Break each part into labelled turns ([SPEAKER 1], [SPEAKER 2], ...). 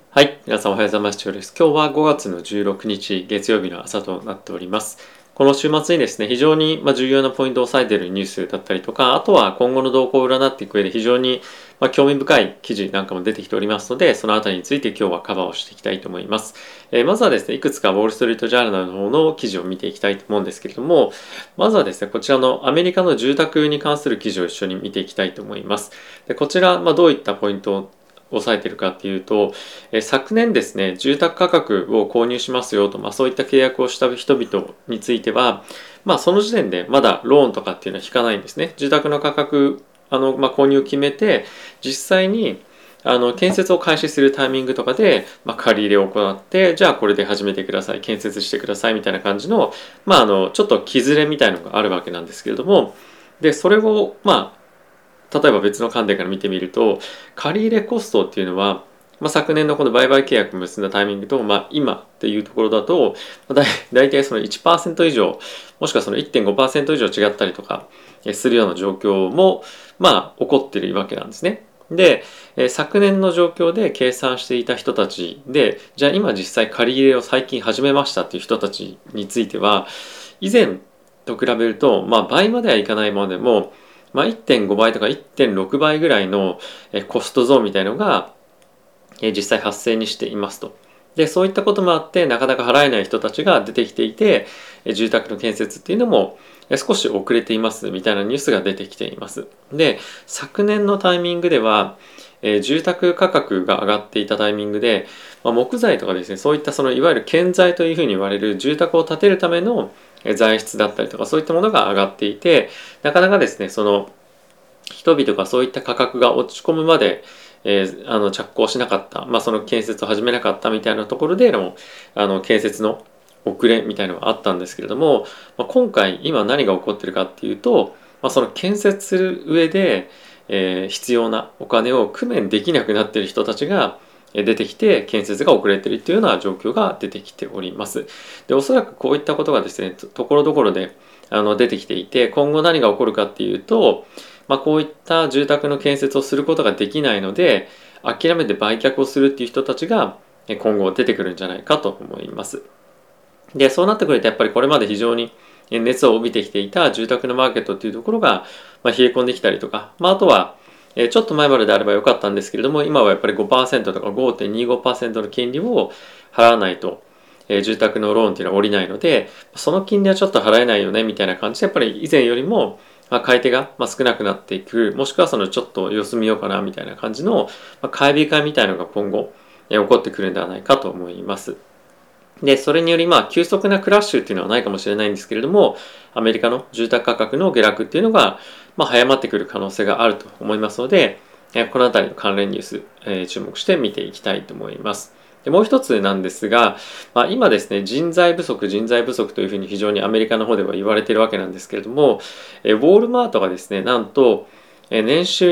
[SPEAKER 1] はい。皆さんおはようございます。今日は5月の16日月曜日の朝となっております。この週末にですね、非常に重要なポイントを押さえているニュースだったりとか、あとは今後の動向を占っていく上で非常に興味深い記事なんかも出てきておりますので、そのあたりについて今日はカバーをしていきたいと思います。まずはですね、いくつかウォール・ストリート・ジャーナルの方の記事を見ていきたいと思うんですけれども、まずはですね、こちらのアメリカの住宅に関する記事を一緒に見ていきたいと思います。でこちら、どういったポイントを抑えているかっていうと、昨年ですね、住宅価格を購入しますよと、そういった契約をした人々については、その時点でまだローンとかっていうのは引かないんですね。住宅の価格、購入を決めて、実際に建設を開始するタイミングとかで、借り入れを行って、じゃあこれで始めてください、建設してくださいみたいな感じの、ちょっと木ずれみたいなのがあるわけなんですけれども、で、それを、例えば別の観点から見てみると、借入コストっていうのは、昨年のこの売買契約を結んだタイミングと、今っていうところだと、だいたいその1%以上、もしくはその1.5% 以上違ったりとかするような状況も、起こっているわけなんですね。で、昨年の状況で計算していた人たちで、じゃあ今実際借り入れを最近始めましたっていう人たちについては、以前と比べると、倍まではいかないものでも、1.5 倍とか 1.6 倍ぐらいのコスト増みたいのが実際発生にしていますと。で、そういったこともあってなかなか払えない人たちが出てきていて、住宅の建設っていうのも少し遅れていますみたいなニュースが出てきています。で、昨年のタイミングでは住宅価格が上がっていたタイミングで、木材とかですね、そういったそのいわゆる建材というふうに言われる住宅を建てるための材質だったりとかそういったものが上がっていて、なかなかですね、その人々がそういった価格が落ち込むまで、着工しなかった、その建設を始めなかったみたいなところでの建設の遅れみたいなのがあったんですけれども、今回今何が起こってるかっていうと、その建設する上で、必要なお金を工面できなくなっている人たちが出てきて建設が遅れているというような状況が出てきております。で、おそらくこういったことがですね、ところどころで出てきていて、今後何が起こるかっていうと、こういった住宅の建設をすることができないので、諦めて売却をするっていう人たちが今後出てくるんじゃないかと思います。で、そうなってくるとやっぱりこれまで非常に熱を帯びてきていた住宅のマーケットっていうところが冷え込んできたりとか、あとはちょっと前までであればよかったんですけれども、今はやっぱり 5% とか 5.25% の金利を払わないと住宅のローンっていうのは下りないので、その金利はちょっと払えないよねみたいな感じで、やっぱり以前よりも買い手が少なくなっていく、もしくはそのちょっと様子見ようかなみたいな感じの買い控えみたいなのが今後起こってくるんではないかと思います。で、それにより急速なクラッシュっていうのはないかもしれないんですけれども、アメリカの住宅価格の下落っていうのが早まってくる可能性があると思いますので、このあたりの関連ニュース、注目して見ていきたいと思います。で、もう一つなんですが、今ですね、人材不足というふうに非常にアメリカの方では言われているわけなんですけれども、ウォールマートがですね、なんと年収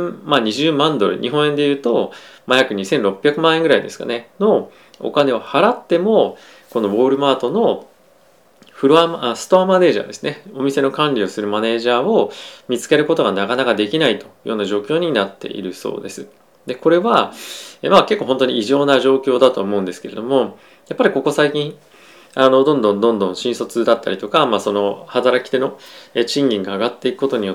[SPEAKER 1] 20万ドル、日本円で言うと、約2600万円ぐらいですかね、のお金を払っても、このウォールマートのストアマネージャーですね、お店の管理をするマネージャーを見つけることがなかなかできないというような状況になっているそうです。で、これは、結構本当に異常な状況だと思うんですけれども、やっぱりここ最近、どんどん新卒だったりとか、その働き手の賃金が上がっていくことによって、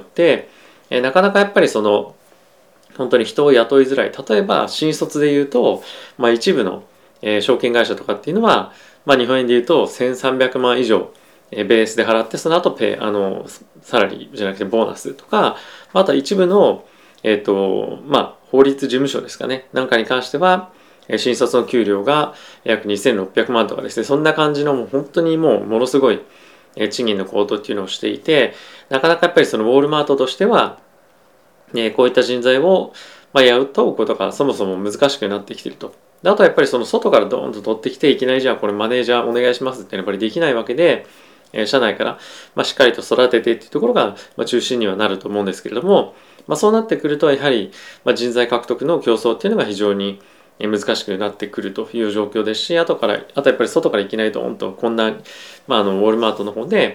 [SPEAKER 1] なかなかやっぱりその本当に人を雇いづらい。例えば新卒で言うと、一部の証券会社とかっていうのは、日本円で言うと1300万以上ベースで払って、その後サラリーじゃなくてボーナスとか、あとは一部の法律事務所ですかね、なんかに関しては新卒の給料が約2600万とかですね、そんな感じのもう本当にもうものすごい賃金の高騰っていうのをしていて、なかなかやっぱりそのウォールマートとしてはこういった人材を雇うことがそもそも難しくなってきていると。あとはやっぱりその外からドーンと取ってきて、いきなりじゃあこれマネージャーお願いしますってやっぱりできないわけで、社内からしっかりと育ててっていうところが中心にはなると思うんですけれども、そうなってくるとやはり人材獲得の競争っていうのが非常に難しくなってくるという状況ですし、あとやっぱり外からいきなりドーンとこんな、ウォールマートの方で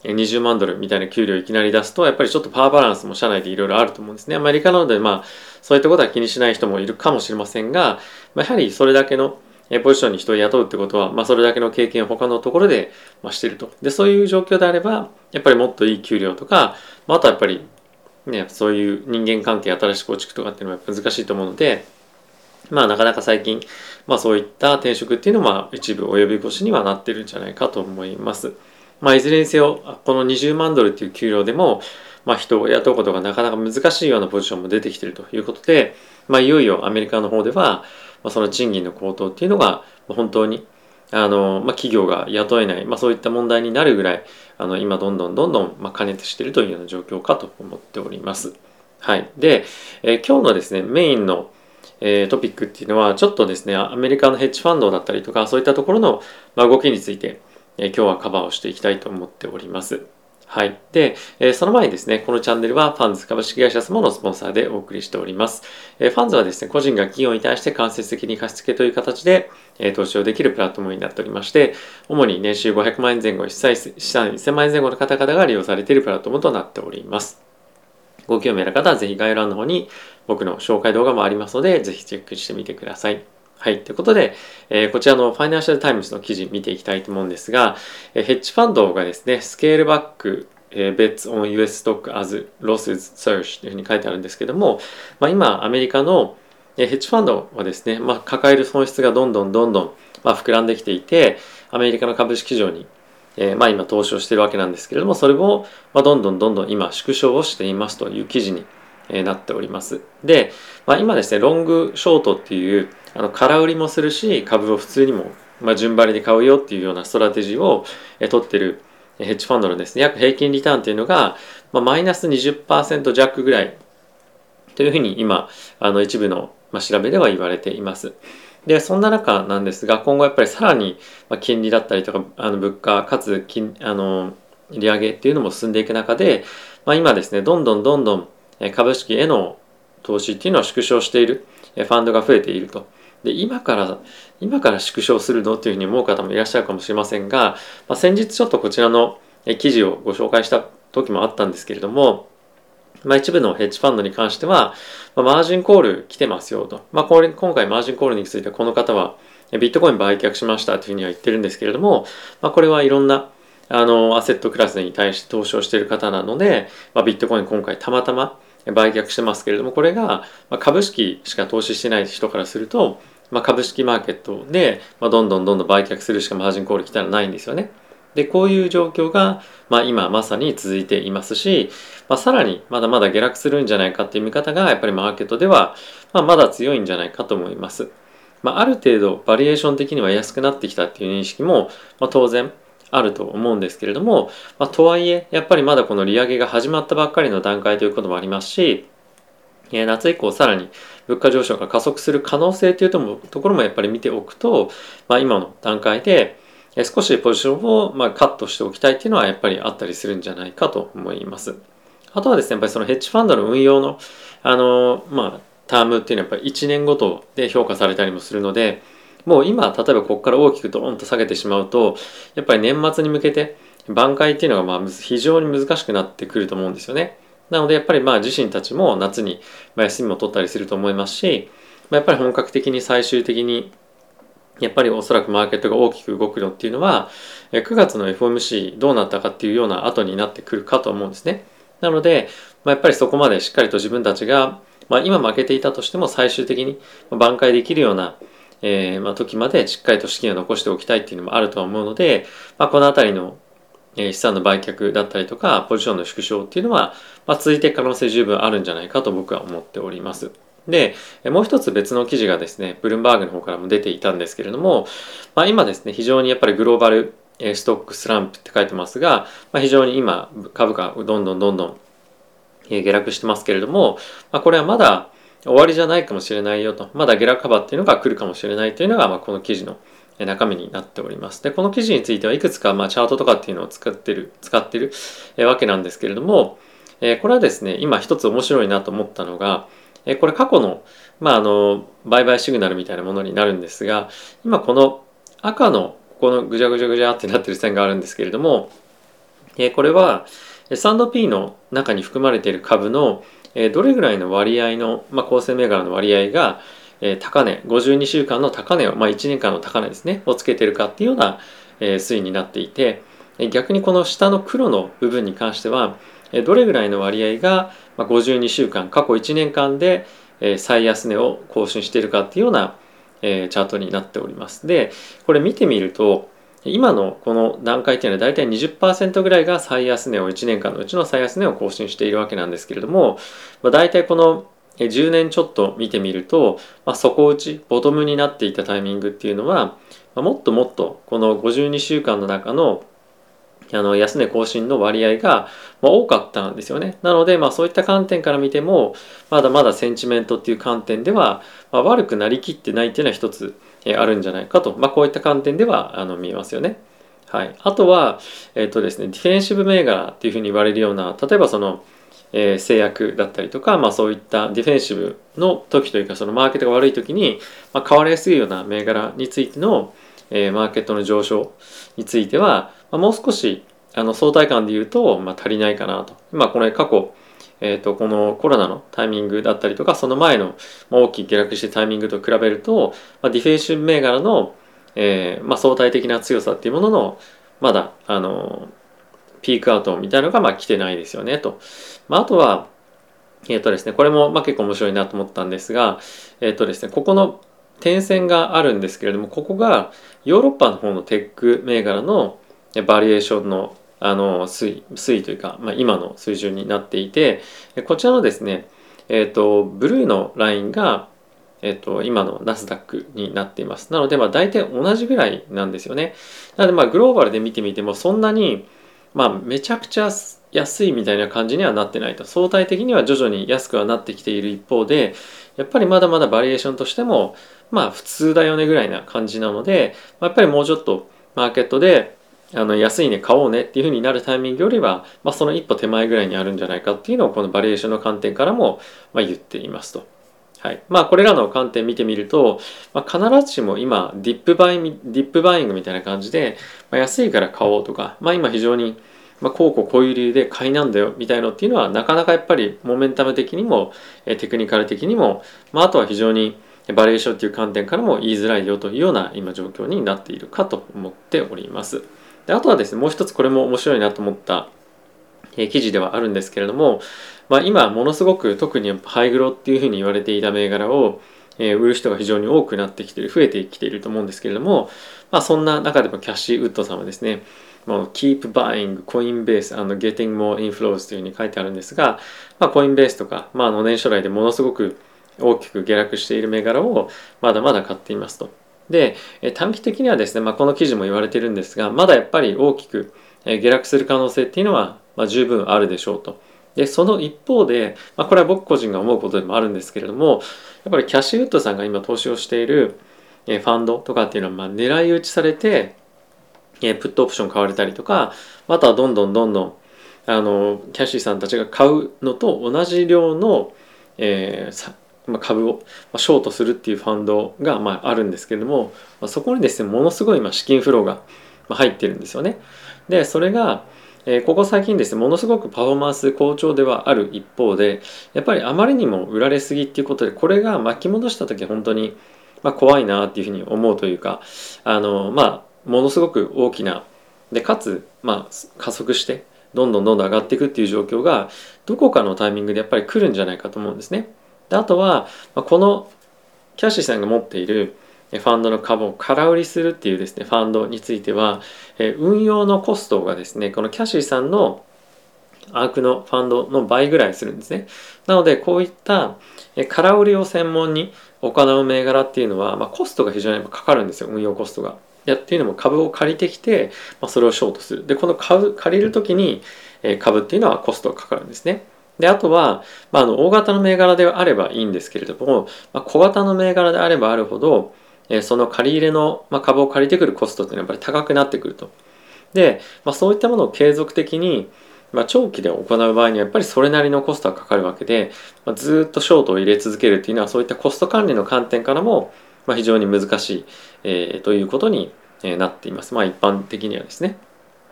[SPEAKER 1] 20万ドルみたいな給料いきなり出すと、やっぱりちょっとパワーバランスも社内でいろいろあると思うんですね。アメリカなので、そういったことは気にしない人もいるかもしれませんが、やはりそれだけのポジションに人を雇うってことは、それだけの経験を他のところでしていると。で、そういう状況であれば、やっぱりもっといい給料とか、あとはやっぱりね、そういう人間関係新しく構築とかっていうのは難しいと思うので、なかなか最近、そういった転職っていうのは一部及び腰にはなってるんじゃないかと思います。いずれにせよ、この20万ドルっていう給料でも、人を雇うことがなかなか難しいようなポジションも出てきているということで、いよいよアメリカの方では、その賃金の高騰っていうのが本当に企業が雇えない、そういった問題になるぐらい今どんどん過熱しているというような状況かと思っております。はい。で、今日のですねメインのトピックっていうのはちょっとですねアメリカのヘッジファンドだったりとかそういったところの動きについて今日はカバーをしていきたいと思っております。はい。で、その前にですね、このチャンネルはファンズ株式会社様のスポンサーでお送りしております。ファンズはですね、個人が企業に対して間接的に貸付という形で投資をできるプラットフォームになっておりまして、主に年収500万円前後、資産1000万円前後の方々が利用されているプラットフォームとなっております。ご興味ある方はぜひ概要欄の方に僕の紹介動画もありますので、ぜひチェックしてみてください。はい。ということで、こちらのファイナンシャルタイムズの記事見ていきたいと思うんですが、ヘッジファンドがですね、スケールバック、bets on US stock as losses surge というふうに書いてあるんですけども、今、アメリカのヘッジファンドはですね、抱える損失がどんどん膨らんできていて、アメリカの株式市場に今投資をしているわけなんですけれども、それをどんどん今縮小をしていますという記事になっております。で、今ですね、ロングショートっていう空売りもするし、株を普通にも順張りで買うよっていうようなストラテジーを取ってるヘッジファンドのですね、約平均リターンっていうのがマイナス20%弱ぐらいというふうに今一部の調べでは言われています。で、そんな中なんですが、今後やっぱりさらに金利だったりとか物価かつ利上げっていうのも進んでいく中で、今ですね、どんどん株式への投資っていうのは縮小しているファンドが増えていると。で、今から縮小するのっていうふうに思う方もいらっしゃるかもしれませんが、先日ちょっとこちらの記事をご紹介した時もあったんですけれども、一部のヘッジファンドに関しては、マージンコール来てますよと。今回マージンコールについてこの方はビットコイン売却しましたというふうには言ってるんですけれども、これはいろんなアセットクラスに対して投資をしている方なので、ビットコイン今回たまたま売却してますけれども、これが株式しか投資してない人からすると、株式マーケットでどんどん売却するしかマージンコール来たらないんですよね。で、こういう状況が今まさに続いていますし、さらにまだまだ下落するんじゃないかっていう見方がやっぱりマーケットではまだ強いんじゃないかと思います。ある程度バリエーション的には安くなってきたっていう認識も当然あると思うんですけれども、とはいえやっぱりまだこの利上げが始まったばっかりの段階ということもありますし、夏以降さらに物価上昇が加速する可能性というところもやっぱり見ておくと、今の段階で少しポジションをカットしておきたいっていうのはやっぱりあったりするんじゃないかと思います。あとはですね、やっぱりそのヘッジファンドの運用のタームっていうのはやっぱり1年ごとで評価されたりもするので、もう今例えばここから大きくドーンと下げてしまうと、やっぱり年末に向けて挽回っていうのが非常に難しくなってくると思うんですよね。なのでやっぱり自身たちも夏に休みも取ったりすると思いますし、やっぱり本格的に最終的にやっぱりおそらくマーケットが大きく動くのっていうのは9月の FOMC どうなったかっていうような後になってくるかと思うんですね。なのでやっぱりそこまでしっかりと自分たちが今負けていたとしても最終的に挽回できるような時までしっかりと資金を残しておきたいっていうのもあるとは思うので、このあたりの資産の売却だったりとかポジションの縮小っていうのは続いていく可能性十分あるんじゃないかと僕は思っております。で、もう一つ別の記事がですね、ブルームバーグの方からも出ていたんですけれども、今ですね、非常にやっぱりグローバルストックスランプって書いてますが、非常に今株価どんどん下落してますけれども、これはまだ終わりじゃないかもしれないよと、まだ下落幅っていうのが来るかもしれないというのがこの記事の中身になっております。で、この記事についてはいくつかチャートとかっていうのを使ってるわけなんですけれども、これはですね、今一つ面白いなと思ったのが、これ過去の、売買シグナルみたいなものになるんですが、今この赤のここのぐじゃぐじゃってなってる線があるんですけれども、 これは S&P の中に含まれている株のどれぐらいの割合の、構成銘柄の割合が高値、52週間の高値を、1年間の高値ですね、をつけているかっていうような推移になっていて、逆にこの下の黒の部分に関してはどれぐらいの割合が52週間、過去1年間で最安値を更新しているかっていうようなチャートになっております。で、これ見てみると、今のこの段階っていうのは大体 20% ぐらいが最安値を1年間のうちの最安値を更新しているわけなんですけれども、大体この10年ちょっと見てみると、底打ちボトムになっていたタイミングっていうのは、もっともっとこの52週間の中の安値更新の割合が多かったんですよね。なので、そういった観点から見てもまだまだセンチメントっていう観点では、悪くなりきってないっていうのは一つあるんじゃないかと、こういった観点では見えますよね。はい、あとは、ですね、ディフェンシブ銘柄っていうふうに言われるような、例えばその、製薬だったりとか、そういったディフェンシブの時というか、そのマーケットが悪い時に、買われやすいような銘柄についての、マーケットの上昇については、もう少し相対感で言うと、足りないかなと。これ過去、このコロナのタイミングだったりとか、その前の大きい下落してタイミングと比べると、ディフェンシブ銘柄の、相対的な強さっていうもののまだピークアウトみたいなのが来てないですよねと。あとはですね、これも結構面白いなと思ったんですが、ですね、ここの点線があるんですけれども、ここがヨーロッパの方のテック銘柄のバリエーションの推移というか、今の水準になっていて、こちらのですね、ブルーのラインが今のナスダックになっています。なので、大体同じぐらいなんですよね。なので、グローバルで見てみても、そんなに、めちゃくちゃ安いみたいな感じにはなってないと。相対的には徐々に安くはなってきている一方で、やっぱりまだまだバリエーションとしても、普通だよねぐらいな感じなので、やっぱりもうちょっとマーケットで安いね買おうねっていう風になるタイミングよりは、その一歩手前ぐらいにあるんじゃないかっていうのをこのバリエーションの観点からも言っていますと。はい、これらの観点見てみると、必ずしも今ディップバイングみたいな感じで、安いから買おうとか、今非常にこういう理由で買いなんだよみたいなのっていうのはなかなかやっぱりモメンタム的にもテクニカル的にも、あとは非常にバリエーションという観点からも言いづらいよというような今状況になっているかと思っております。で、あとはですね、もう一つこれも面白いなと思った記事ではあるんですけれども、今ものすごく特にハイグロっていうふうに言われていた銘柄を売る人が非常に多くなってきている、増えてきていると思うんですけれども、そんな中でもキャッシーウッドさんはですね、Keep buying Coinbase and getting more inflows というふうに書いてあるんですが、コインベースとか、年初来でものすごく大きく下落している銘柄をまだまだ買っていますと。で、短期的にはですね、この記事も言われているんですが、まだやっぱり大きく下落する可能性っていうのは十分あるでしょうと。で、その一方で、これは僕個人が思うことでもあるんですけれども、やっぱりキャッシュウッドさんが今投資をしているファンドとかっていうのは狙い撃ちされてプットオプション買われたりとか、あとはどんどんキャッシーさんたちが買うのと同じ量の、株をショートするっていうファンドがあるんですけれども、そこにですねものすごい資金フローが入ってるんですよね。でそれがここ最近ですねものすごくパフォーマンス好調ではある一方で、やっぱりあまりにも売られすぎっていうことで、これが巻き戻した時本当に怖いなっていうふうに思うというか、ものすごく大きなでかつ加速してどんどん上がっていくっていう状況がどこかのタイミングでやっぱり来るんじゃないかと思うんですね。であとはこのキャッシーさんが持っているファンドの株を空売りするっていうですねファンドについては運用のコストがですねこのキャシーさんのアークのファンドの倍ぐらいするんですね。なのでこういった空売りを専門に行う銘柄っていうのは、コストが非常にかかるんですよ、運用コストが。っていうのも株を借りてきて、それをショートする。でこの借りる時に株っていうのはコストがかかるんですね。であとは、大型の銘柄であればいいんですけれども、小型の銘柄であればあるほどその借り入れの株を借りてくるコストっていうのはやっぱり高くなってくると。で、そういったものを継続的に長期で行う場合にはやっぱりそれなりのコストがかかるわけで、ずっとショートを入れ続けるっていうのはそういったコスト管理の観点からも非常に難しい、ということになっています。一般的にはですね。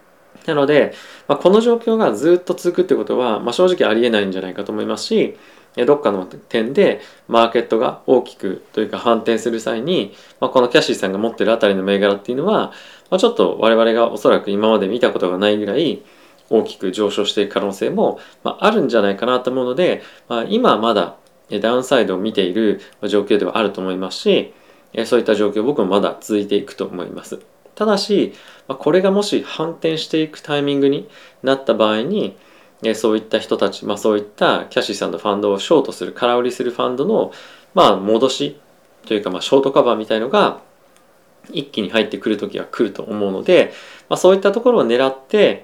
[SPEAKER 1] なので、この状況がずっと続くってことは、正直ありえないんじゃないかと思いますし、どっかの点でマーケットが大きくというか反転する際に、このキャシーさんが持ってるあたりの銘柄っていうのは、ちょっと我々がおそらく今まで見たことがないぐらい大きく上昇していく可能性もあるんじゃないかなと思うので、今まだダウンサイドを見ている状況ではあると思いますし、そういった状況僕もまだ続いていくと思います。ただし、これがもし反転していくタイミングになった場合に、そういった人たち、そういったキャシーさんのファンドをショートする、空売りするファンドの、戻しというか、ショートカバーみたいのが一気に入ってくる時が来ると思うので、そういったところを狙って、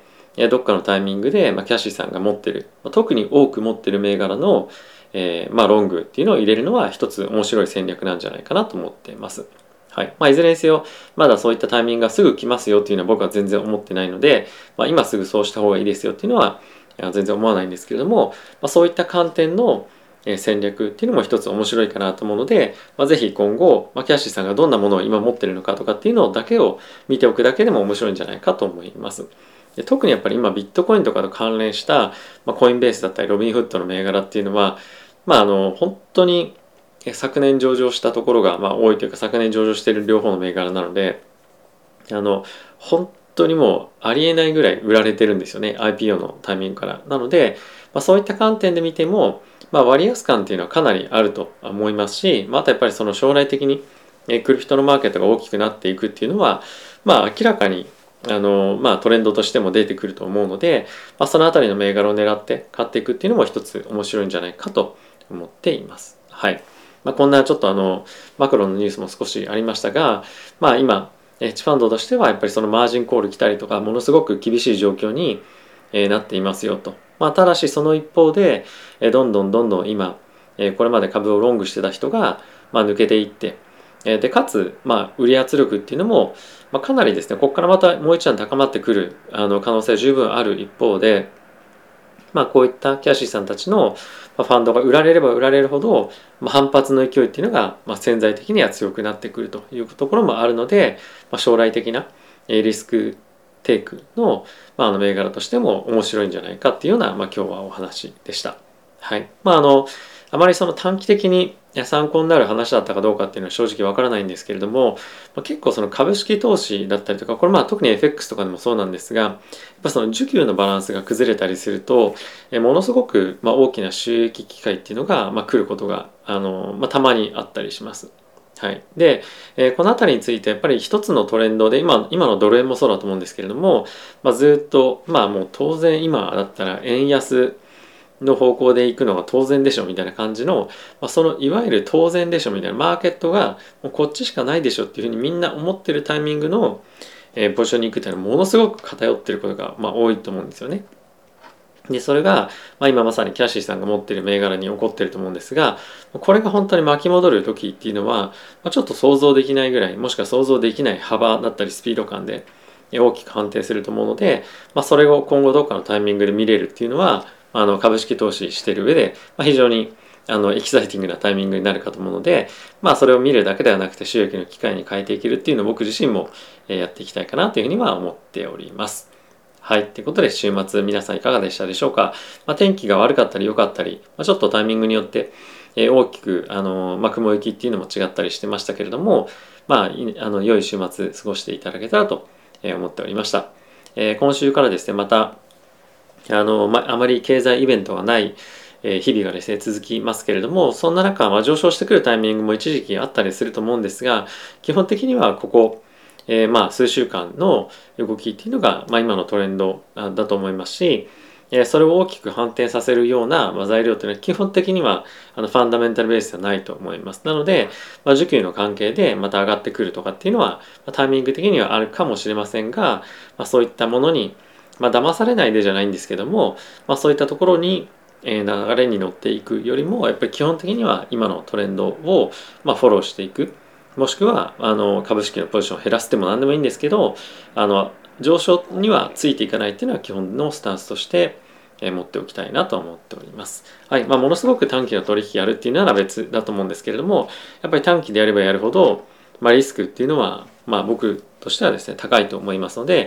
[SPEAKER 1] どっかのタイミングで、キャシーさんが持ってる、特に多く持ってる銘柄の、ロングっていうのを入れるのは一つ面白い戦略なんじゃないかなと思っています。はい。いずれにせよ、まだそういったタイミングがすぐ来ますよっていうのは僕は全然思ってないので、今すぐそうした方がいいですよっていうのは全然思わないんですけれども、そういった観点の戦略っていうのも一つ面白いかなと思うので、ぜひ今後、キャッシーさんがどんなものを今持ってるのかとかっていうのだけを見ておくだけでも面白いんじゃないかと思います。で特にやっぱり今ビットコインとかと関連した、コインベースだったりロビンフットの銘柄っていうのは、本当に昨年上場したところが、多いというか昨年上場している両方の銘柄なので、本当にもうありえないぐらい売られてるんですよね、 IPO のタイミングから。なので、そういった観点で見ても、割安感っていうのはかなりあると思いますし、あとやっぱりその将来的にクリプトのマーケットが大きくなっていくっていうのは、明らかにトレンドとしても出てくると思うので、そのあたりの銘柄を狙って買っていくっていうのも一つ面白いんじゃないかと思っています。はい。こんなちょっとマクロのニュースも少しありましたが、今ヘッジファンドとしてはやっぱりそのマージンコール来たりとかものすごく厳しい状況になっていますよと。ただしその一方でどんどん今これまで株をロングしてた人が抜けていって、でかつ売り圧力っていうのもかなりですね、ここからまたもう一段高まってくる可能性は十分ある一方で、こういったキャシーさんたちのファンドが売られれば売られるほど反発の勢いっていうのが潜在的には強くなってくるというところもあるので、将来的なリスクテイクの銘柄としても面白いんじゃないかっていうような今日はお話でした。はい。あまりその短期的に参考になる話だったかどうかっていうのは正直わからないんですけれども、結構その株式投資だったりとか、これ特に FX とかでもそうなんですが、やっぱその需給のバランスが崩れたりすると、ものすごく大きな収益機会っていうのが来ることがたまにあったりします。はい、で、この辺りについてやっぱり一つのトレンドで今のドル円もそうだと思うんですけれども、ずっともう当然今だったら円安の方向で行くのが当然でしょみたいな感じの、そのいわゆる当然でしょみたいなマーケットがもうこっちしかないでしょっていうふうにみんな思ってるタイミングのポジションに行くっていうのはものすごく偏ってることが多いと思うんですよね。でそれが、今まさにキャシーさんが持ってる銘柄に起こってると思うんですが、これが本当に巻き戻る時っていうのは、ちょっと想像できないぐらい、もしくは想像できない幅だったりスピード感で大きく判定すると思うので、それを今後どっかのタイミングで見れるっていうのは株式投資してる上で、非常にエキサイティングなタイミングになるかと思うので、それを見るだけではなくて収益の機会に変えていけるっていうのを僕自身もやっていきたいかなというふうには思っております。はい。ということで週末皆さんいかがでしたでしょうか。天気が悪かったり良かったり、ちょっとタイミングによって大きく雲行きっていうのも違ったりしてましたけれども、良い週末過ごしていただけたらと思っておりました。今週からですね、またあまり経済イベントがない日々がですね続きますけれども、そんな中、上昇してくるタイミングも一時期あったりすると思うんですが、基本的にはここ数週間の動きっていうのが、今のトレンドだと思いますし、それを大きく反転させるような材料というのは基本的にはファンダメンタルベースではないと思います。なので、需給の関係でまた上がってくるとかっていうのはタイミング的にはあるかもしれませんが、そういったものに騙されないでじゃないんですけども、そういったところに流れに乗っていくよりもやっぱり基本的には今のトレンドをフォローしていく、もしくは株式のポジションを減らすでも何でもいいんですけど、上昇にはついていかないっていうのは基本のスタンスとして持っておきたいなと思っております。はい。ものすごく短期の取引やるっていうなら別だと思うんですけれども、やっぱり短期でやればやるほど、リスクっていうのは僕としてはですね高いと思いますので、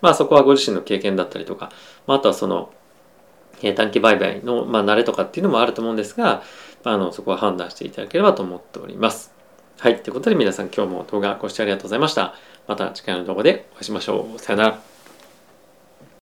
[SPEAKER 1] そこはご自身の経験だったりとか、あとはその短期売買の、慣れとかっていうのもあると思うんですが、そこは判断していただければと思っております。はい。ということで皆さん今日も動画ご視聴ありがとうございました。また次回の動画でお会いしましょう。さよなら。